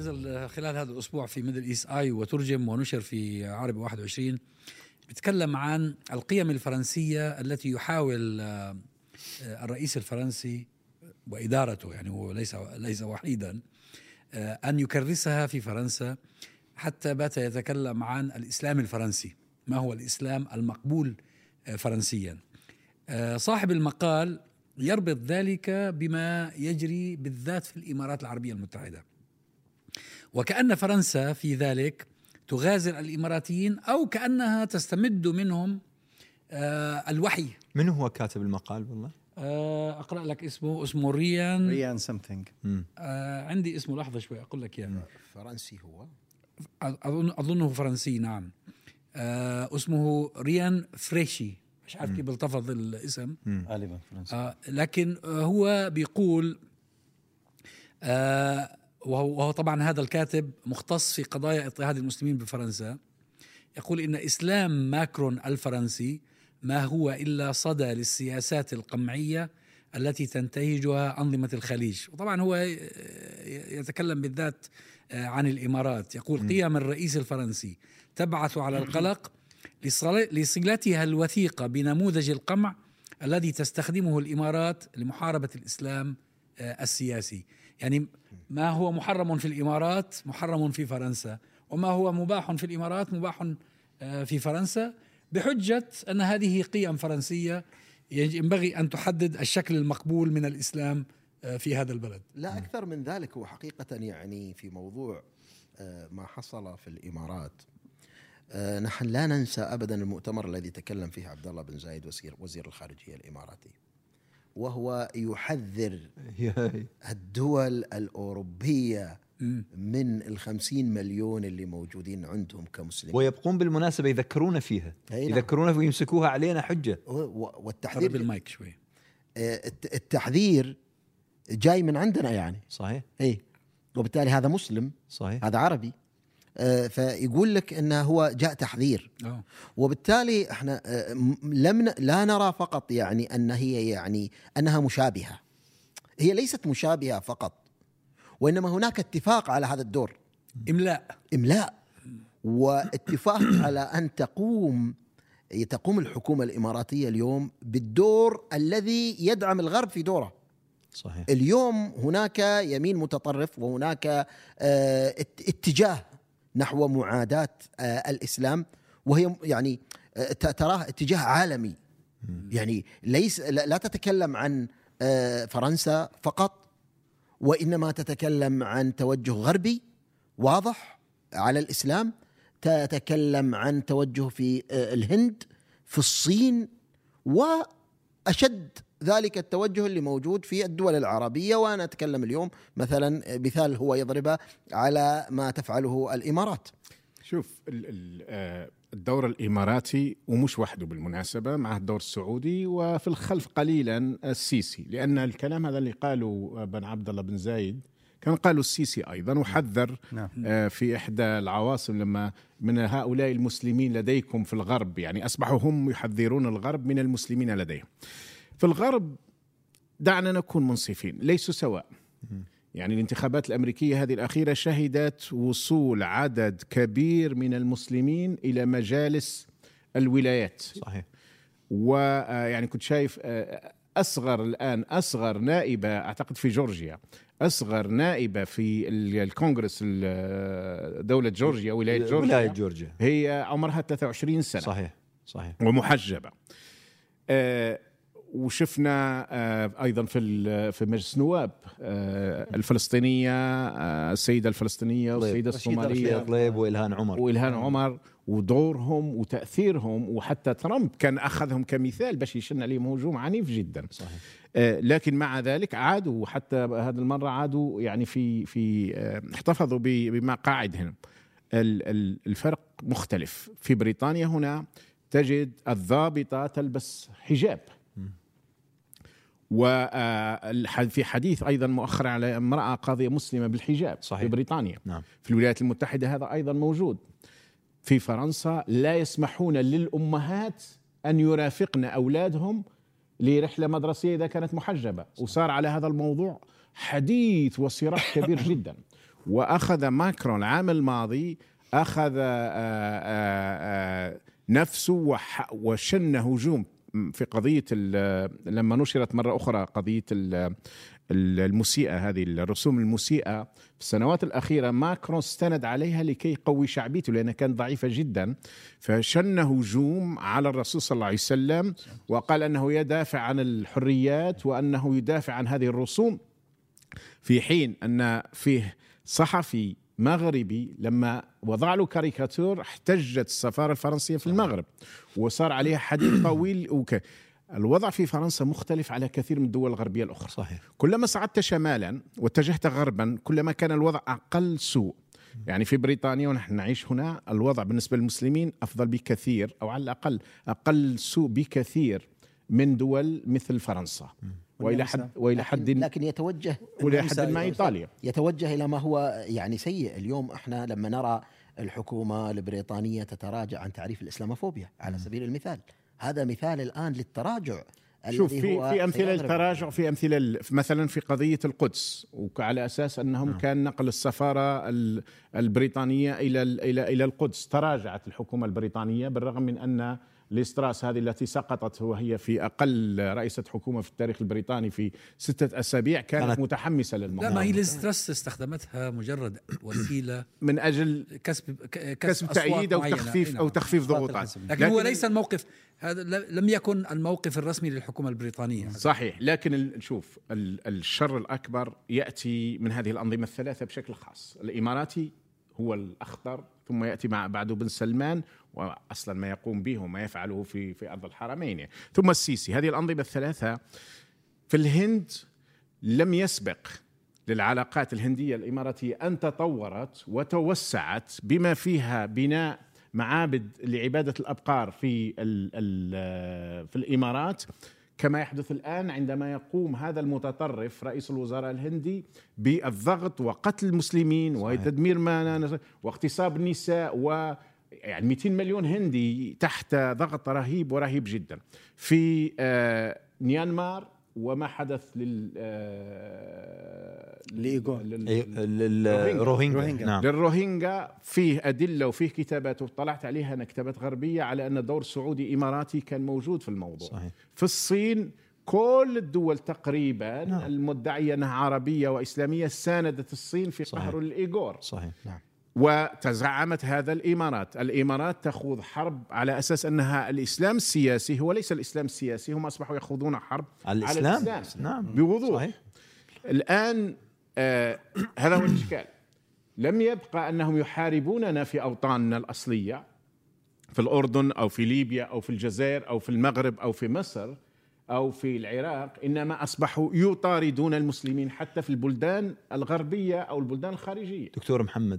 نزل خلال هذا الأسبوع في ميدل إيست آي وترجم ونشر في عربي 21. بيتكلم عن القيم الفرنسية التي يحاول الرئيس الفرنسي وإدارته، يعني هو ليس وحيدا، أن يكرسها في فرنسا، حتى بات يتكلم عن الإسلام الفرنسي، ما هو الإسلام المقبول فرنسيا. صاحب المقال يربط ذلك بما يجري بالذات في الإمارات العربية المتحدة، وكأن فرنسا في ذلك تغازل الإماراتيين أو كأنها تستمد منهم الوحي. من هو كاتب المقال؟ والله أقرأ لك اسمه ريان سمثينج. عندي اسمه، لحظة شوي أقول لك يعني. فرنسي هو، أظنه فرنسي، نعم. اسمه ريان فريشي، مش عارف كيف بلتفظ الاسم، غالبا فرنسي. لكن هو بيقول وهو طبعا هذا الكاتب مختص في قضايا اضطهاد المسلمين بفرنسا. يقول إن إسلام ماكرون الفرنسي ما هو إلا صدى للسياسات القمعية التي تنتهجها أنظمة الخليج. وطبعا هو يتكلم بالذات عن الإمارات. يقول قيم الرئيس الفرنسي تبعث على القلق لصلتها الوثيقة بنموذج القمع الذي تستخدمه الإمارات لمحاربة الإسلام السياسي. يعني ما هو محرم في الإمارات محرم في فرنسا، وما هو مباح في الإمارات مباح في فرنسا، بحجة أن هذه قيم فرنسية ينبغي أن تحدد الشكل المقبول من الإسلام في هذا البلد. لا أكثر من ذلك. هو حقيقة يعني في موضوع ما حصل في الإمارات، نحن لا ننسى أبدا المؤتمر الذي تكلم فيه عبد الله بن زايد وزير الخارجية الإماراتي، وهو يحذر الدول الأوروبية من 50 مليون اللي موجودين عندهم كمسلمين، ويبقون بالمناسبة يذكرون فيها، يذكرون ويمسكوها علينا حجة. والتحذير بالمايك شوي، التحذير جاي من عندنا يعني. صحيح. وبالتالي هذا مسلم، صحيح، هذا عربي، فيقول لك انه هو جاء تحذير. وبالتالي احنا لا نرى فقط يعني ان هي يعني انها مشابهة. هي ليست مشابهة فقط، وانما هناك اتفاق على هذا الدور، املاء واتفاق على ان تقوم الحكومة الاماراتية اليوم بالدور الذي يدعم الغرب في دوره. صحيح. اليوم هناك يمين متطرف، وهناك اتجاه نحو معاداة الإسلام، وهي يعني تراه اتجاه عالمي. يعني لا تتكلم عن فرنسا فقط، وإنما تتكلم عن توجه غربي واضح على الإسلام، تتكلم عن توجه في الهند، في الصين، وأشد ذلك التوجه اللي موجود في الدول العربية. وأنا أتكلم اليوم مثلا مثال هو يضربه على ما تفعله الإمارات. شوف الدور الإماراتي، ومش وحده بالمناسبة، مع الدور السعودي، وفي الخلف قليلا السيسي، لأن الكلام هذا اللي قاله بن عبد الله بن زايد كان قاله السيسي أيضا، وحذر في إحدى العواصم لما من هؤلاء المسلمين لديكم في الغرب، يعني أصبحوا هم يحذرون الغرب من المسلمين لديهم في الغرب. دعنا نكون منصفين، ليسوا سواء. يعني الانتخابات الأمريكية هذه الأخيرة شهدت وصول عدد كبير من المسلمين إلى مجالس الولايات. صحيح. ويعني كنت شايف أصغر نائبة أعتقد في جورجيا، أصغر نائبة في الكونغرس دولة جورجيا، ولاية جورجيا، هي عمرها 23 سنة. صحيح. ومحجبة. وشفنا أيضا في مجلس النواب الفلسطينية، السيدة الفلسطينية والسيدة الصومالية طليب وإلهان عمر ودورهم وتأثيرهم. وحتى ترامب كان أخذهم كمثال باش يشن عليهم هجوم عنيف جدا. صحيح. لكن مع ذلك عادوا، وحتى هذه المرة عادوا يعني في احتفظوا بمقاعدهم. الفرق مختلف. في بريطانيا هنا تجد الضابطة تلبس حجاب، وفي حديث أيضا مؤخرا على امرأة قاضية مسلمة بالحجاب. صحيح. في بريطانيا. نعم. في الولايات المتحدة هذا أيضا موجود. في فرنسا لا يسمحون للأمهات أن يرافقن أولادهم لرحلة مدرسية إذا كانت محجبة. وصار على هذا الموضوع حديث وصراع كبير جدا. وأخذ ماكرون العام الماضي أخذ نفسه وشن هجوم في قضية لما نشرت مرة أخرى قضية المسيئة، هذه الرسوم المسيئة في السنوات الأخيرة، ماكرون استند عليها لكي يقوي شعبيته لأنها كانت ضعيفة جدا، فشن هجوم على الرسول صلى الله عليه وسلم وقال أنه يدافع عن الحريات وأنه يدافع عن هذه الرسوم، في حين أن فيه صحفي مغربي لما وضع له كاريكاتور احتجت السفارة الفرنسية في المغرب وصار عليها حديث طويل. الوضع في فرنسا مختلف على كثير من الدول الغربية الأخرى. صحيح. كلما صعدت شمالا واتجهت غربا كلما كان الوضع أقل سوء. يعني في بريطانيا ونحن نعيش هنا الوضع بالنسبة للمسلمين أفضل بكثير، أو على الأقل أقل سوء بكثير من دول مثل فرنسا وإلى حد لكن يتوجه ما إيطاليا يتوجه إلى ما هو يعني سيء. اليوم احنا لما نرى الحكومة البريطانية تتراجع عن تعريف الإسلاموفوبيا على سبيل المثال، هذا مثال الآن للتراجع. شوف في أمثلة للتراجع، في أمثلة مثلا في قضية القدس، وعلى أساس أنهم كان نقل السفارة البريطانية إلى القدس، تراجعت الحكومة البريطانية بالرغم من أن ليستراس هذه التي سقطت وهي في أقل رئيسة حكومة في التاريخ البريطاني في 6 أسابيع كانت متحمسة للموضوع. لا، ما هي ليستراس استخدمتها مجرد وسيلة من أجل كسب تأييد أو تخفيف ضغوطات، لكن هو ليس الموقف هذا، لم يكن الموقف الرسمي للحكومة البريطانية. صحيح، لكن شوف الشر الأكبر يأتي من هذه الأنظمة الثلاثة بشكل خاص. الإماراتي هو الأخطر، ثم يأتي بعده بن سلمان، وأصلا ما يقوم به وما يفعله في أرض الحرمين، ثم السيسي. هذه الأنظمة الثلاثة في الهند لم يسبق للعلاقات الهندية الإماراتية أن تطورت وتوسعت بما فيها بناء معابد لعبادة الأبقار في الإمارات، كما يحدث الآن عندما يقوم هذا المتطرف رئيس الوزراء الهندي بالضغط وقتل المسلمين وتدمير واغتصاب النساء، يعني 200 مليون هندي تحت ضغط رهيب ورهيب جدا. في ميانمار وما حدث للروهينجا فيه أدلة وفيه كتابات وطلعت عليها أنا كتابات غربية على أن دور سعودي إماراتي كان موجود في الموضوع. صحيح. في الصين كل الدول تقريبا المدعية أنها عربية وإسلامية ساندت الصين في قهر الإيغور. صحيح. نعم. وتزعمت هذا الإمارات تخوض حرب على أساس أنها الإسلام السياسي هو ليس الإسلام السياسي، هم أصبحوا يخوضون حرب على الإسلام. نعم. بوضوح. صحيح. الآن هذا هو الإشكال. لم يبقى أنهم يحاربوننا في أوطاننا الأصلية في الأردن أو في ليبيا أو في الجزائر أو في المغرب أو في مصر أو في العراق، إنما أصبحوا يطاردون المسلمين حتى في البلدان الغربية أو البلدان الخارجية. دكتور محمد،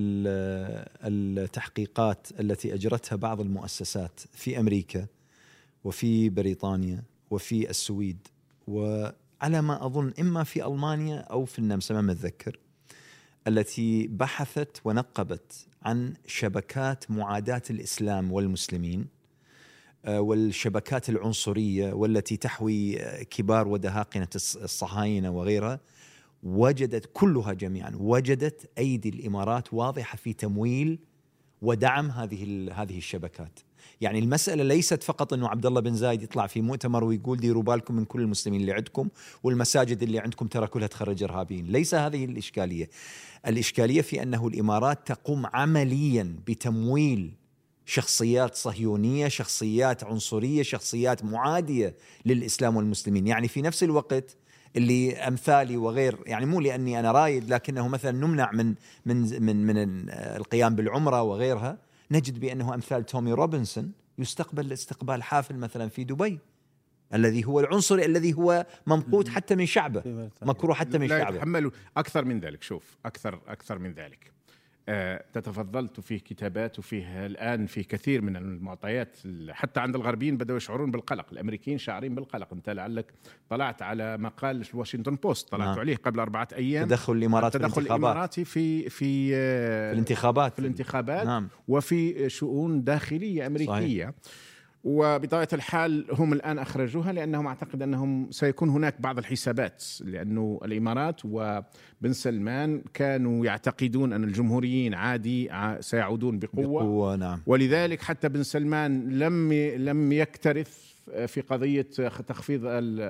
التحقيقات التي أجرتها بعض المؤسسات في أمريكا وفي بريطانيا وفي السويد وعلى ما أظن إما في ألمانيا أو في النمسا ما متذكر، التي بحثت ونقبت عن شبكات معاداة الإسلام والمسلمين والشبكات العنصرية والتي تحوي كبار ودهاقنة الصهاينة وغيرها، وجدت كلها جميعا وجدت أيدي الإمارات واضحة في تمويل ودعم هذه الشبكات. يعني المسألة ليست فقط أنه عبد الله بن زايد يطلع في مؤتمر ويقول ديروا بالكم من كل المسلمين اللي عندكم والمساجد اللي عندكم ترى كلها تخرج إرهابيين. ليس هذه الإشكالية. الإشكالية في أنه الإمارات تقوم عمليا بتمويل شخصيات صهيونية، شخصيات عنصرية، شخصيات معادية للإسلام والمسلمين. يعني في نفس الوقت اللي أمثالي وغير، يعني مو لأني أنا رايد، لكنه مثلا نمنع من القيام بالعمرة وغيرها، نجد بأنه أمثال تومي روبنسون يستقبل استقبال حافل مثلا في دبي، الذي هو العنصري الذي هو ممقوت حتى من شعبه، مكروه حتى من شعبه. لا يتحملوا أكثر من ذلك. شوف أكثر من ذلك. تتفضلت فيه كتابات وفيه الآن في كثير من المعطيات، حتى عند الغربيين بدأوا يشعرون بالقلق، الأمريكيين شاعرين بالقلق. أنت لعلك طلعت على مقال الواشنطن بوست طلعت عليه قبل 4 أيام، تدخل الإمارات الإماراتي في الانتخابات نعم. وفي شؤون داخلية أمريكية. صحيح. وبطبيعة الحال هم الآن أخرجوها لأنهم أعتقد أنهم سيكون هناك بعض الحسابات، لأنه الإمارات وبن سلمان كانوا يعتقدون أن الجمهوريين عادي سيعودون بقوة. نعم. ولذلك حتى بن سلمان لم يكترث في قضية تخفيض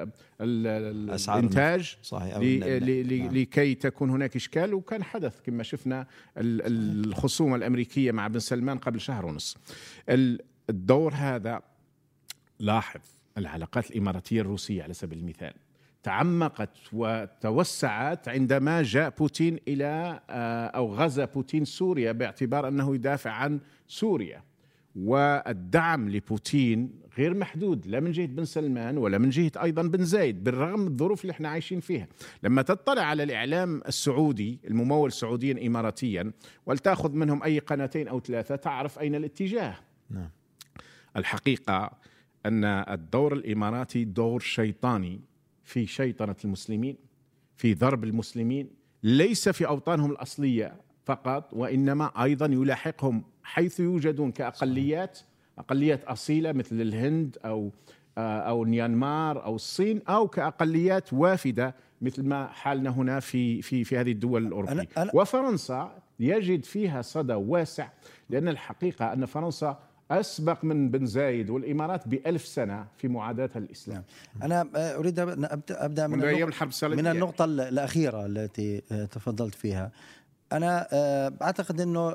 الإنتاج صحيح. لكي تكون هناك إشكال، وكان حدث كما شفنا الخصومة الأمريكية مع بن سلمان قبل شهر ونصف. الدور هذا، لاحظ العلاقات الإماراتية الروسية على سبيل المثال تعمقت وتوسعت عندما جاء بوتين إلى أو غزا بوتين سوريا باعتبار أنه يدافع عن سوريا، والدعم لبوتين غير محدود لا من جهة بن سلمان ولا من جهة أيضا بن زايد، بالرغم من الظروف اللي احنا عايشين فيها. لما تطلع على الإعلام السعودي الممول سعوديا إماراتيا ولتأخذ منهم أي قناتين أو ثلاثة تعرف أين الاتجاه. نعم. الحقيقة أن الدور الإماراتي دور شيطاني في شيطنة المسلمين، في ضرب المسلمين، ليس في أوطانهم الأصلية فقط، وإنما أيضا يلاحقهم حيث يوجدون كأقليات أصيلة مثل الهند أو ميانمار أو الصين، أو كأقليات وافدة مثل ما حالنا هنا في هذه الدول الأوروبية. وفرنسا يجد فيها صدى واسع، لأن الحقيقة أن فرنسا أسبق من بن زايد والإمارات ب1000 سنة في معاداتها الإسلام. أنا أريد أن أبدأ من النقطة الأخيرة التي تفضلت فيها. أنا أعتقد أنه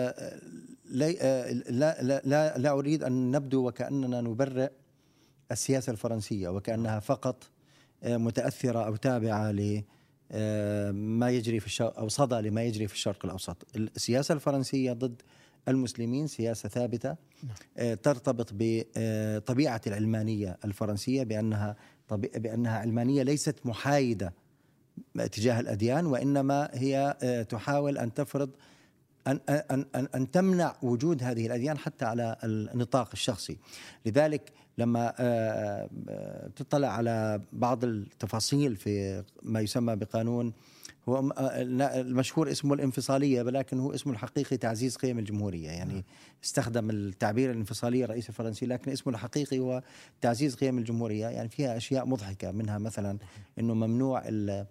لا أريد أن نبدو وكأننا نبرئ السياسة الفرنسية وكأنها فقط متأثرة أو تابعة لما يجري في الشرق أو صدى لما يجري في الشرق الأوسط. السياسة الفرنسية ضد المسلمين سياسة ثابتة ترتبط بطبيعة العلمانية الفرنسية، بأنها علمانية ليست محايدة تجاه الأديان، وإنما هي تحاول أن تفرض أن تمنع وجود هذه الأديان حتى على النطاق الشخصي. لذلك لما تطلع على بعض التفاصيل في ما يسمى بقانون، هو المشهور اسمه الانفصالية، ولكن هو اسمه الحقيقي تعزيز قيم الجمهورية. يعني استخدم التعبير الانفصالية الرئيس الفرنسي، لكن اسمه الحقيقي هو تعزيز قيم الجمهورية. يعني فيها أشياء مضحكة، منها مثلا أنه ممنوع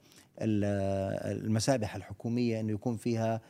المسابح الحكومية أنه يكون فيها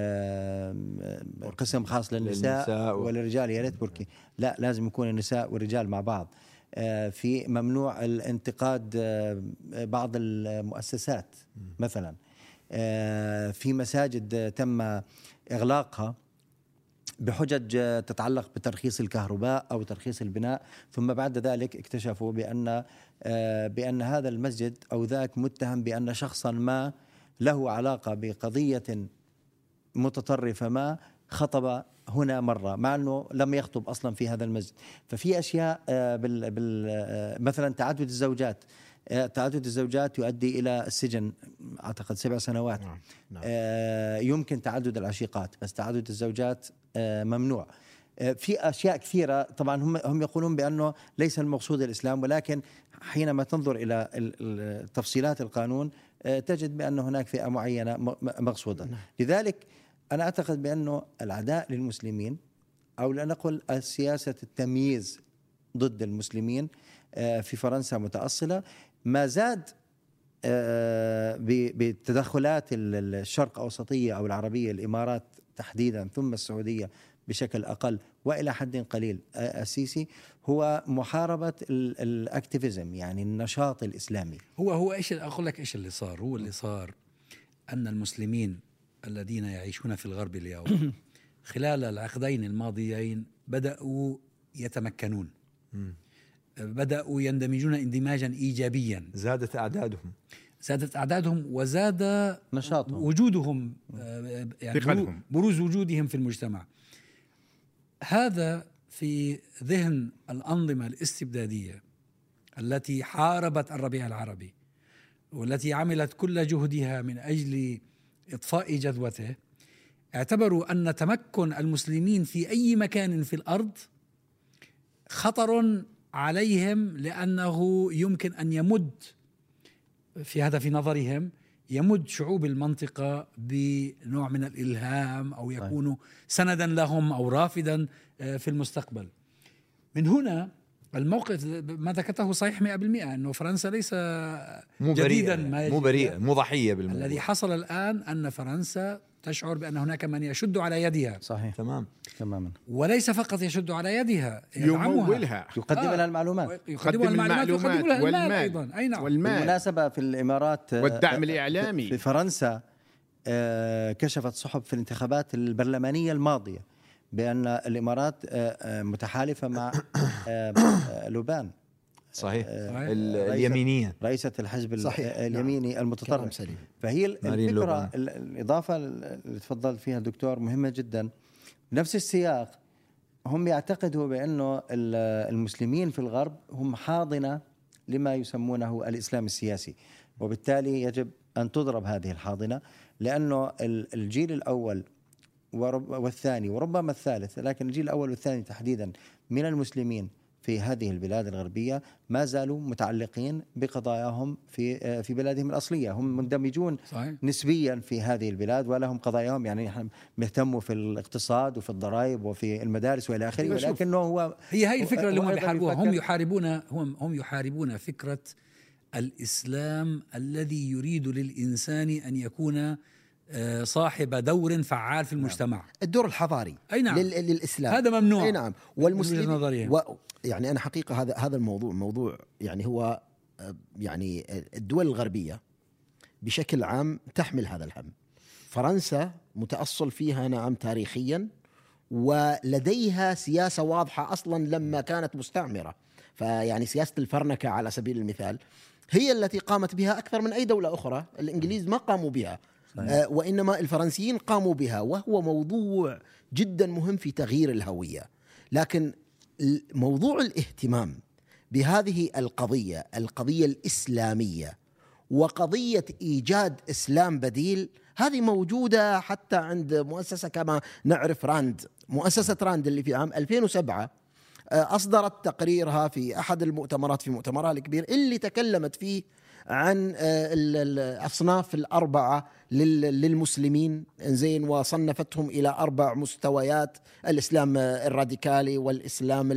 قسم خاص للنساء وللرجال. يا ريت بركي، لا، لازم يكون النساء والرجال مع بعض. في ممنوع الانتقاد بعض المؤسسات مثلا. في مساجد تم إغلاقها بحجج تتعلق بترخيص الكهرباء أو ترخيص البناء، ثم بعد ذلك اكتشفوا بأن هذا المسجد أو ذاك متهم بأن شخصا ما له علاقة بقضية متطرفة ما خطب هنا مرة، مع أنه لم يخطب أصلا في هذا المسجد. ففي أشياء مثلا تعدد الزوجات يؤدي إلى السجن، أعتقد 7 سنوات. يمكن تعدد العشيقات، بس تعدد الزوجات ممنوع. في أشياء كثيرة. طبعا هم يقولون بأنه ليس المقصود الإسلام، ولكن حينما تنظر إلى تفصيلات القانون تجد بأن هناك فئة معينة مقصودة. لذلك أنا أعتقد بأنه العداء للمسلمين، أو لنقل سياسة التمييز ضد المسلمين في فرنسا متأصلة. ما زاد بتدخلات الشرق أوسطية أو العربية، الإمارات تحديدا ثم السعودية بشكل أقل وإلى حد قليل السيسي، هو محاربة الأكتيفيزم، يعني النشاط الإسلامي. هو إيش أقول لك إيش اللي صار؟ هو اللي صار أن المسلمين الذين يعيشون في الغرب اليوم خلال العقدين الماضيين بدأوا يتمكنون، بدأوا يندمجون اندماجا إيجابيا. زادت أعدادهم وزاد نشاطهم، وجودهم، يعني بروز وجودهم في المجتمع. هذا في ذهن الأنظمة الاستبدادية التي حاربت الربيع العربي والتي عملت كل جهدها من أجل إطفاء جذوته، اعتبروا أن تمكن المسلمين في أي مكان في الأرض خطر عليهم، لأنه يمكن أن يمد في نظرهم يمد شعوب المنطقة بنوع من الإلهام، أو يكون سندا لهم أو رافدا في المستقبل. من هنا الموقف ما ذكرته صحيح 100%، أنه فرنسا ليس جديدا ما مو بريئة، مو ضحية بالموضوع. الذي حصل الآن أن فرنسا تشعر بأن هناك من يشد على يدها. صحيح تماما، وليس فقط يشد على يدها، يمولها، يقدم لها المعلومات، يقدم المعلومات والمال أيضا. أي نعم. بالمناسبة في الإمارات والدعم الإعلامي في فرنسا كشفت صحف في الانتخابات البرلمانية الماضية بأن الإمارات متحالفة مع لوبان. صحيح. اليمينية، رئيسة الحزب اليميني المتطرف. فهي الفكرة، الإضافة اللي تفضل فيها الدكتور مهمة جدا. بنفس السياق هم يعتقدوا بأنه المسلمين في الغرب هم حاضنة لما يسمونه الإسلام السياسي، وبالتالي يجب أن تضرب هذه الحاضنة، لأنه الجيل الأول والثاني وربما الثالث، لكن الجيل الأول والثاني تحديدا من المسلمين في هذه البلاد الغربية ما زالوا متعلقين بقضاياهم في بلادهم الأصلية. هم مندمجون صحيح. نسبيا في هذه البلاد ولهم قضاياهم، يعني نحن بيهتموا في الاقتصاد وفي الضرائب وفي المدارس والى اخره، ولكنه هي الفكرة اللي هم بيحاربوها. هم يحاربون فكرة الإسلام الذي يريد للإنسان أن يكون صاحب دور فعال في المجتمع. الدور الحضاري. أي نعم. للإسلام هذا ممنوع. أي نعم. والمسلمين يعني أنا حقيقة هذا الموضوع يعني هو يعني الدول الغربية بشكل عام تحمل هذا الهم. فرنسا متأصل فيها نعم تاريخيا، ولديها سياسة واضحة أصلا لما كانت مستعمرة. فيعني سياسة الفرنكة على سبيل المثال هي التي قامت بها أكثر من أي دولة أخرى. الإنجليز ما قاموا بها، وإنما الفرنسيين قاموا بها، وهو موضوع جدا مهم في تغيير الهوية. لكن موضوع الاهتمام بهذه القضية الإسلامية وقضية إيجاد إسلام بديل، هذه موجودة حتى عند مؤسسة كما نعرف مؤسسة راند اللي في عام 2007 أصدرت تقريرها في أحد المؤتمرات، في مؤتمرها الكبير اللي تكلمت فيه عن الأصناف الأربعة للمسلمين، زين، وصنفتهم إلى 4 مستويات: الإسلام الراديكالي، والإسلام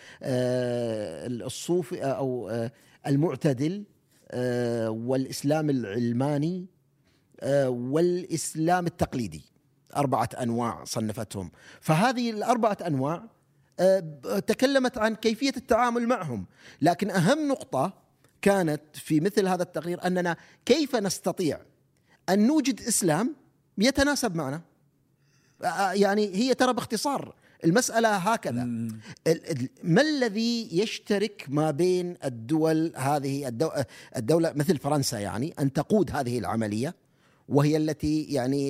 الصوفي أو المعتدل، والإسلام العلماني، والإسلام التقليدي. 4 أنواع صنفتهم. فهذه 4 أنواع تكلمت عن كيفية التعامل معهم. لكن أهم نقطة كانت في مثل هذا التقرير أننا كيف نستطيع أن نوجد إسلام يتناسب معنا. يعني هي ترى باختصار المسألة هكذا. ما الذي يشترك ما بين الدول هذه؟ الدولة مثل فرنسا يعني أن تقود هذه العملية، وهي التي يعني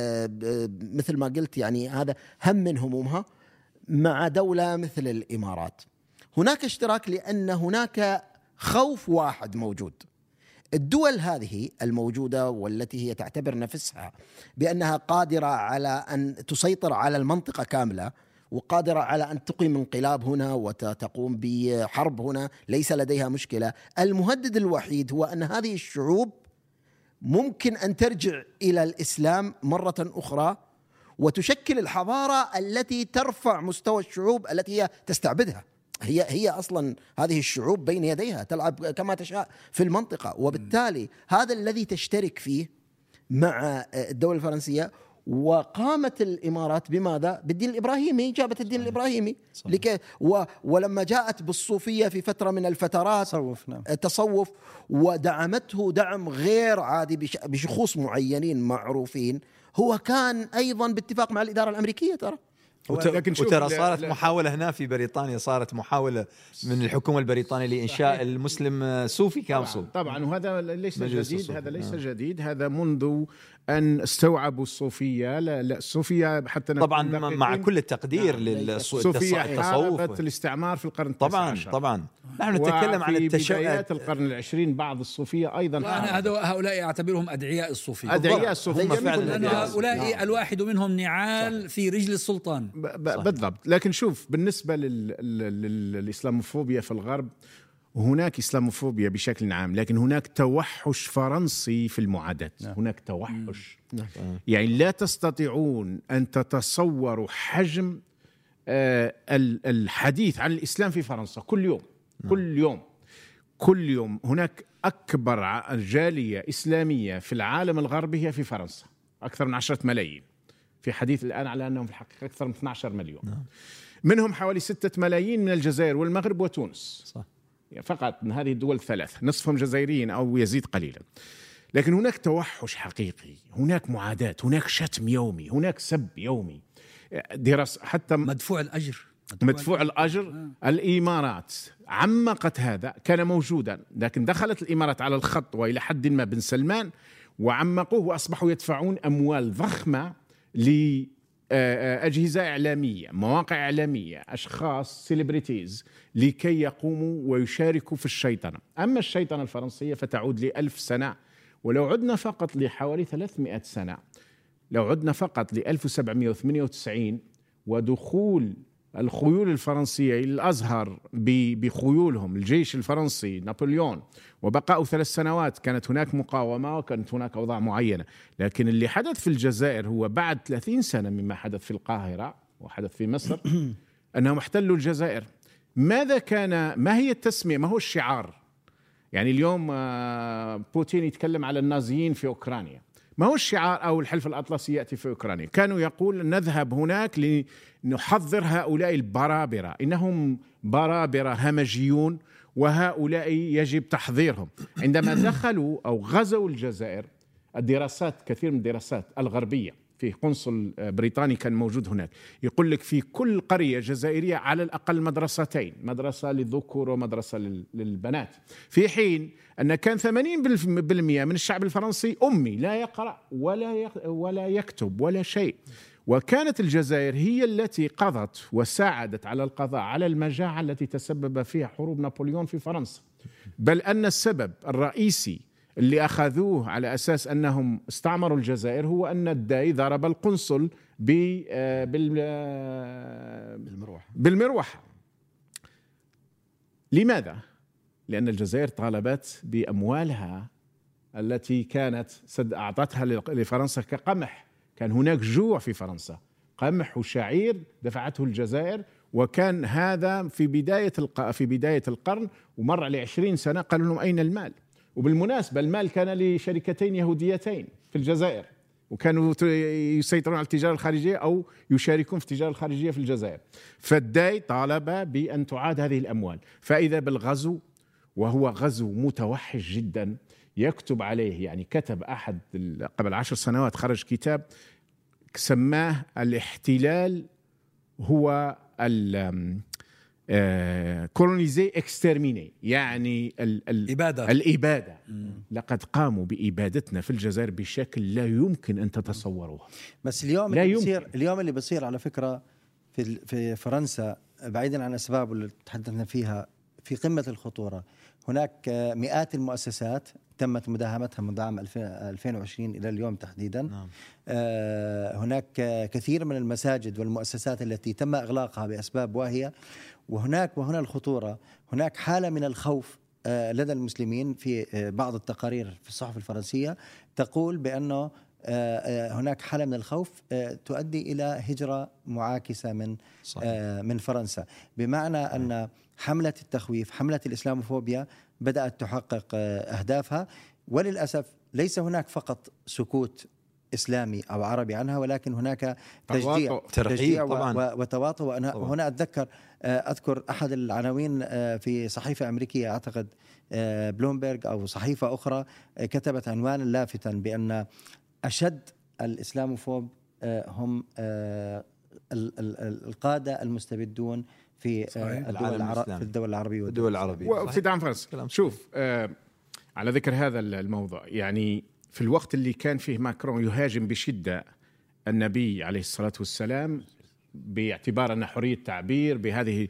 مثل ما قلت يعني هذا هم من همومها، مع دولة مثل الإمارات. هناك اشتراك لأن هناك خوف واحد موجود. الدول هذه الموجودة والتي هي تعتبر نفسها بأنها قادرة على أن تسيطر على المنطقة كاملة، وقادرة على أن تقيم انقلاب هنا وتقوم بحرب هنا، ليس لديها مشكلة. المهدد الوحيد هو أن هذه الشعوب ممكن أن ترجع إلى الإسلام مرة أخرى وتشكل الحضارة التي ترفع مستوى الشعوب التي هي تستعبدها. هي أصلا هذه الشعوب بين يديها تلعب كما تشاء في المنطقة، وبالتالي هذا الذي تشترك فيه مع الدولة الفرنسية. وقامت الإمارات بماذا؟ بالدين الإبراهيمي، جابت الدين الإبراهيمي ولما جاءت بالصوفية في فترة من الفترات تصوف، ودعمته دعم غير عادي بشخوص معينين معروفين. هو كان أيضا باتفاق مع الإدارة الأمريكية ترى. وترى صارت محاولة هنا في بريطانيا، صارت محاولة من الحكومة البريطانية لإنشاء المسلم صوفي كونسل. طبعا وهذا ليس جديد، هذا ليس جديد، هذا منذ أن استوعبوا الصوفية. لا الصوفية حتى طبعا مع كل التقدير للصوفية حاربت الاستعمار في القرن ال19. طبعا نحن نتكلم عن بدايات القرن ال20 بعض الصوفية أيضا. هؤلاء أعتبرهم أدعياء الصوفية. أدعياء الصوفية لأن هؤلاء الواحد منهم نعال في رجل السلطان. بالضبط. لكن شوف، بالنسبة للإسلاموفوبيا في الغرب، هناك إسلاموفوبيا بشكل عام، لكن هناك توحش فرنسي في المعاداة. هناك توحش. يعني لا تستطيعون أن تتصوروا حجم الحديث عن الإسلام في فرنسا كل يوم هناك أكبر جالية إسلامية في العالم الغربي هي في فرنسا، أكثر من 10 ملايين. في حديث الآن على أنهم في الحقيقة أكثر من 12 مليون. منهم حوالي 6 ملايين من الجزائر والمغرب وتونس. صح. يعني فقط من هذه الدول الثلاث، نصفهم جزائريين أو يزيد قليلا. لكن هناك توحش حقيقي، هناك معاداة، هناك شتم يومي، هناك سب يومي. دراسة حتى مدفوع الأجر. الإمارات عمقت هذا، كان موجودا لكن دخلت الإمارات على الخط وإلى حد ما بن سلمان وعمقوه، وأصبحوا يدفعون أموال ضخمة لأجهزة إعلامية، مواقع إعلامية، أشخاص سيلبريتيز لكي يقوموا ويشاركوا في الشيطنة. أما الشيطنة الفرنسية فتعود ل1000 سنة، ولو عدنا فقط لحوالي 300 سنة، لو عدنا فقط ل 1798 ودخول الخيول الفرنسية إلى الأزهر بخيولهم، الجيش الفرنسي نابليون، وبقاء 3 سنوات، كانت هناك مقاومة وكانت هناك أوضاع معينة. لكن اللي حدث في الجزائر هو بعد 30 سنة مما حدث في القاهرة وحدث في مصر أنهم احتلوا الجزائر. ما هي التسمية؟ ما هو الشعار؟ يعني اليوم بوتين يتكلم على النازيين في أوكرانيا، ما هو الشعار؟ أو الحلف الأطلسي يأتي في أوكرانيا، كانوا يقول نذهب هناك لنحضر هؤلاء البرابرة، إنهم برابرة همجيون وهؤلاء يجب تحضيرهم. عندما دخلوا أو غزوا الجزائر، الدراسات، كثير من الدراسات الغربية، في قنصل بريطاني كان موجود هناك، يقول لك في كل قرية جزائرية على الأقل مدرستين، مدرسة للذكور ومدرسة للبنات، في حين أن كان 80% من الشعب الفرنسي أمي، لا يقرأ ولا يكتب ولا شيء. وكانت الجزائر هي التي قضت وساعدت على القضاء على المجاعة التي تسبب فيها حروب نابليون في فرنسا. بل أن السبب الرئيسي اللي أخذوه على أساس أنهم استعمروا الجزائر هو أن الداي ضرب القنصل بالمروحة. لماذا؟ لأن الجزائر طالبت بأموالها التي كانت أعطتها لفرنسا كقمح. كان هناك جوع في فرنسا، قمح وشعير دفعته الجزائر، وكان هذا في بداية القرن، ومر على 20 سنة قالوا لهم أين المال؟ وبالمناسبة المال كان لشركتين يهوديتين في الجزائر، وكانوا يسيطرون على التجارة الخارجية أو يشاركون في التجارة الخارجية في الجزائر. فالداي طالب بأن تعاد هذه الأموال، فإذا بالغزو، وهو غزو متوحش جدا يكتب عليه. يعني كتب أحد قبل 10 سنوات خرج كتاب سماه الاحتلال هو كولونيزي اكسترميني، يعني الإبادة. لقد قاموا بإبادتنا في الجزائر بشكل لا يمكن أن تتصوروه. بس اليوم اللي بيصير على فكرة في فرنسا، بعيدا عن أسباب اللي تحدثنا فيها، في قمة الخطورة. هناك مئات المؤسسات تمت مداهمتها منذ عام 2020 إلى اليوم تحديدا. نعم. هناك كثير من المساجد والمؤسسات التي تم إغلاقها بأسباب واهية. وهنا الخطورة، هناك حالة من الخوف لدى المسلمين. في بعض التقارير في الصحف الفرنسية تقول بأنه هناك حالة من الخوف تؤدي إلى هجرة معاكسة من فرنسا، بمعنى أن حملة التخويف، حملة الإسلاموفوبيا بدأت تحقق أهدافها. وللأسف ليس هناك فقط سكوت إسلامي أو عربي عنها، ولكن هناك تشجيع وتواطؤ. وهنا أذكر أحد العناوين في صحيفة أمريكية، أعتقد بلومبرغ أو صحيفة أخرى، كتبت عنوانا لافتا بأن أشد الإسلاموفوب هم القادة المستبدون في الدول العربية والدول العربية وفي دعم فرنسا. شوف، على ذكر هذا الموضوع، يعني في الوقت اللي كان فيه ماكرون يهاجم بشدة النبي عليه الصلاة والسلام باعتبار أن حرية تعبير بهذه،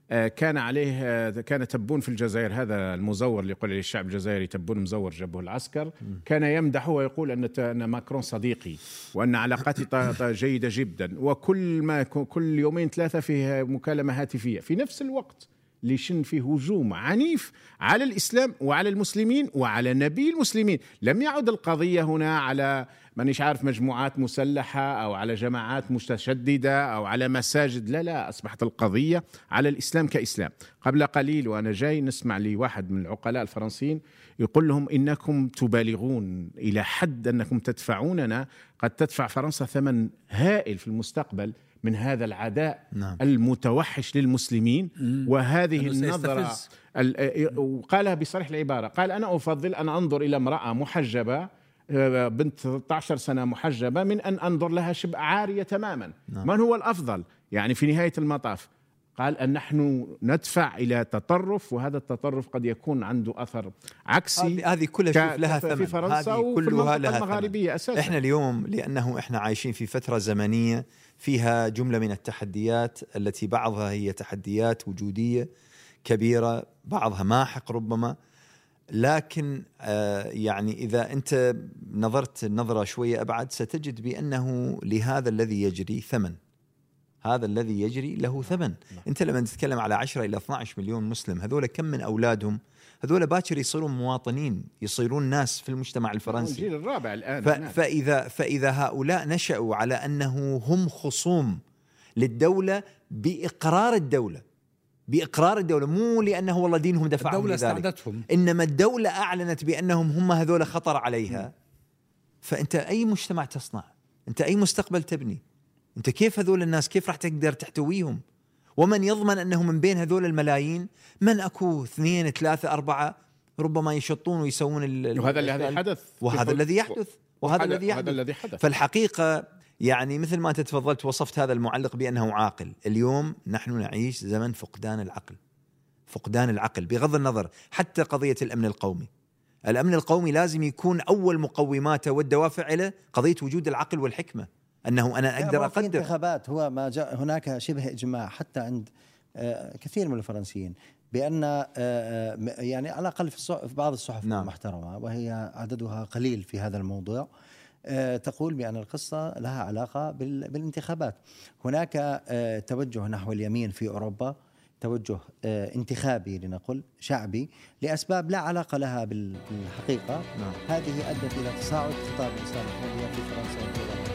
كان تبون في الجزائر، هذا المزور اللي يقول للشعب الجزائري تبون مزور جابه العسكر، كان يمدحه ويقول أن ماكرون صديقي وأن علاقاتي جيدة جدا، وكل يومين 3 فيه مكالمة هاتفية. في نفس الوقت ليشن فيه هجوم عنيف على الإسلام وعلى المسلمين وعلى نبي المسلمين. لم يعد القضية هنا على مانيش عارف مجموعات مسلحة أو على جماعات متشددة أو على مساجد، لا، أصبحت القضية على الإسلام كإسلام. قبل قليل وأنا جاي نسمع لي واحد من العقلاء الفرنسيين يقول لهم إنكم تبالغون إلى حد أنكم تدفعوننا، قد تدفع فرنسا ثمن هائل في المستقبل من هذا العداء المتوحش للمسلمين وهذه النظرة. وقالها بصريح العبارة، قال أنا أفضل أن أنظر إلى امرأة محجبة بنت 13 سنة محجبة من أن أنظر لها شبه عارية تماما. من هو الأفضل؟ يعني في نهاية المطاف قال أن نحن ندفع إلى تطرف، وهذا التطرف قد يكون عنده أثر عكسي. هذه كلها شوف لها ثمن في فرنسا وفي المنطقة المغاربية أساسا. إحنا اليوم لأنه إحنا عايشين في فترة زمنية فيها جملة من التحديات التي بعضها هي تحديات وجودية كبيرة، بعضها ماحق ربما، لكن يعني إذا أنت نظرت نظرة شوية أبعد ستجد بأنه لهذا الذي يجري ثمن، هذا الذي يجري له ثمن. أنت لما تتكلم على 10 إلى 12 مليون مسلم، هذول كم من أولادهم؟ هذول باكر يصيرون مواطنين، يصيرون ناس في المجتمع الفرنسي، الجيل الرابع الآن. فإذا هؤلاء نشأوا على أنه هم خصوم للدولة بإقرار الدولة، مو لأنه والله دينهم دفعهم لذلك، إنما الدولة أعلنت بأنهم هم هذول خطر عليها. فأنت أي مجتمع تصنع؟ أنت أي مستقبل تبني؟ أنت كيف هذول الناس كيف راح تقدر تحتويهم؟ ومن يضمن أنه من بين هذول الملايين من أكو 2 3 4 ربما يشطون ويسوون وهذا الذي حدث، وهذا الذي يحدث، وهذا الذي يحدث. فالحقيقة يعني مثل ما تفضلت وصفت هذا المعلق بأنه عاقل. اليوم نحن نعيش زمن فقدان العقل بغض النظر حتى قضية الأمن القومي لازم يكون أول مقوماته والدوافع له قضية وجود العقل والحكمة، أنه أنا أقدر أقدر. في انتخابات هو ما جاء هناك شبه إجماع حتى عند كثير من الفرنسيين بأن يعني على الأقل في بعض الصحف المحترمة وهي عددها قليل في هذا الموضوع تقول بأن القصة لها علاقة بالانتخابات. هناك توجه نحو اليمين في أوروبا، توجه انتخابي لنقل شعبي لأسباب لا علاقة لها بالحقيقة. هذه أدت إلى تصاعد خطاب الإسلام في فرنسا.